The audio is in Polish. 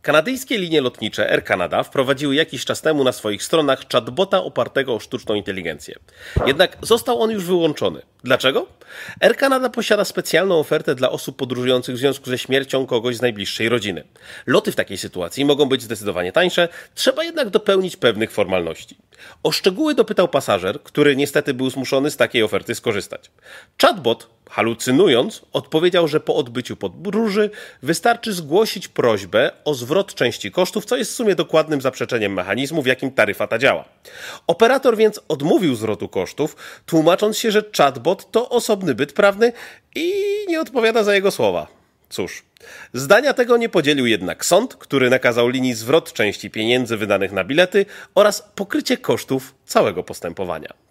Kanadyjskie linie lotnicze Air Canada wprowadziły jakiś czas temu na swoich stronach chatbota opartego o sztuczną inteligencję. Jednak został on już wyłączony. Dlaczego? Air Canada posiada specjalną ofertę dla osób podróżujących w związku ze śmiercią kogoś z najbliższej rodziny. Loty w takiej sytuacji mogą być zdecydowanie tańsze, trzeba jednak dopełnić pewnych formalności. O szczegóły dopytał pasażer, który niestety był zmuszony z takiej oferty skorzystać. Chatbot, halucynując, odpowiedział, że po odbyciu podróży wystarczy zgłosić prośbę o zwrot części kosztów, co jest w sumie dokładnym zaprzeczeniem mechanizmu, w jakim taryfa ta działa. Operator więc odmówił zwrotu kosztów, tłumacząc się, że chatbot to osobny byt prawny i nie odpowiada za jego słowa. Cóż, zdania tego nie podzielił jednak sąd, który nakazał linii zwrot części pieniędzy wydanych na bilety oraz pokrycie kosztów całego postępowania.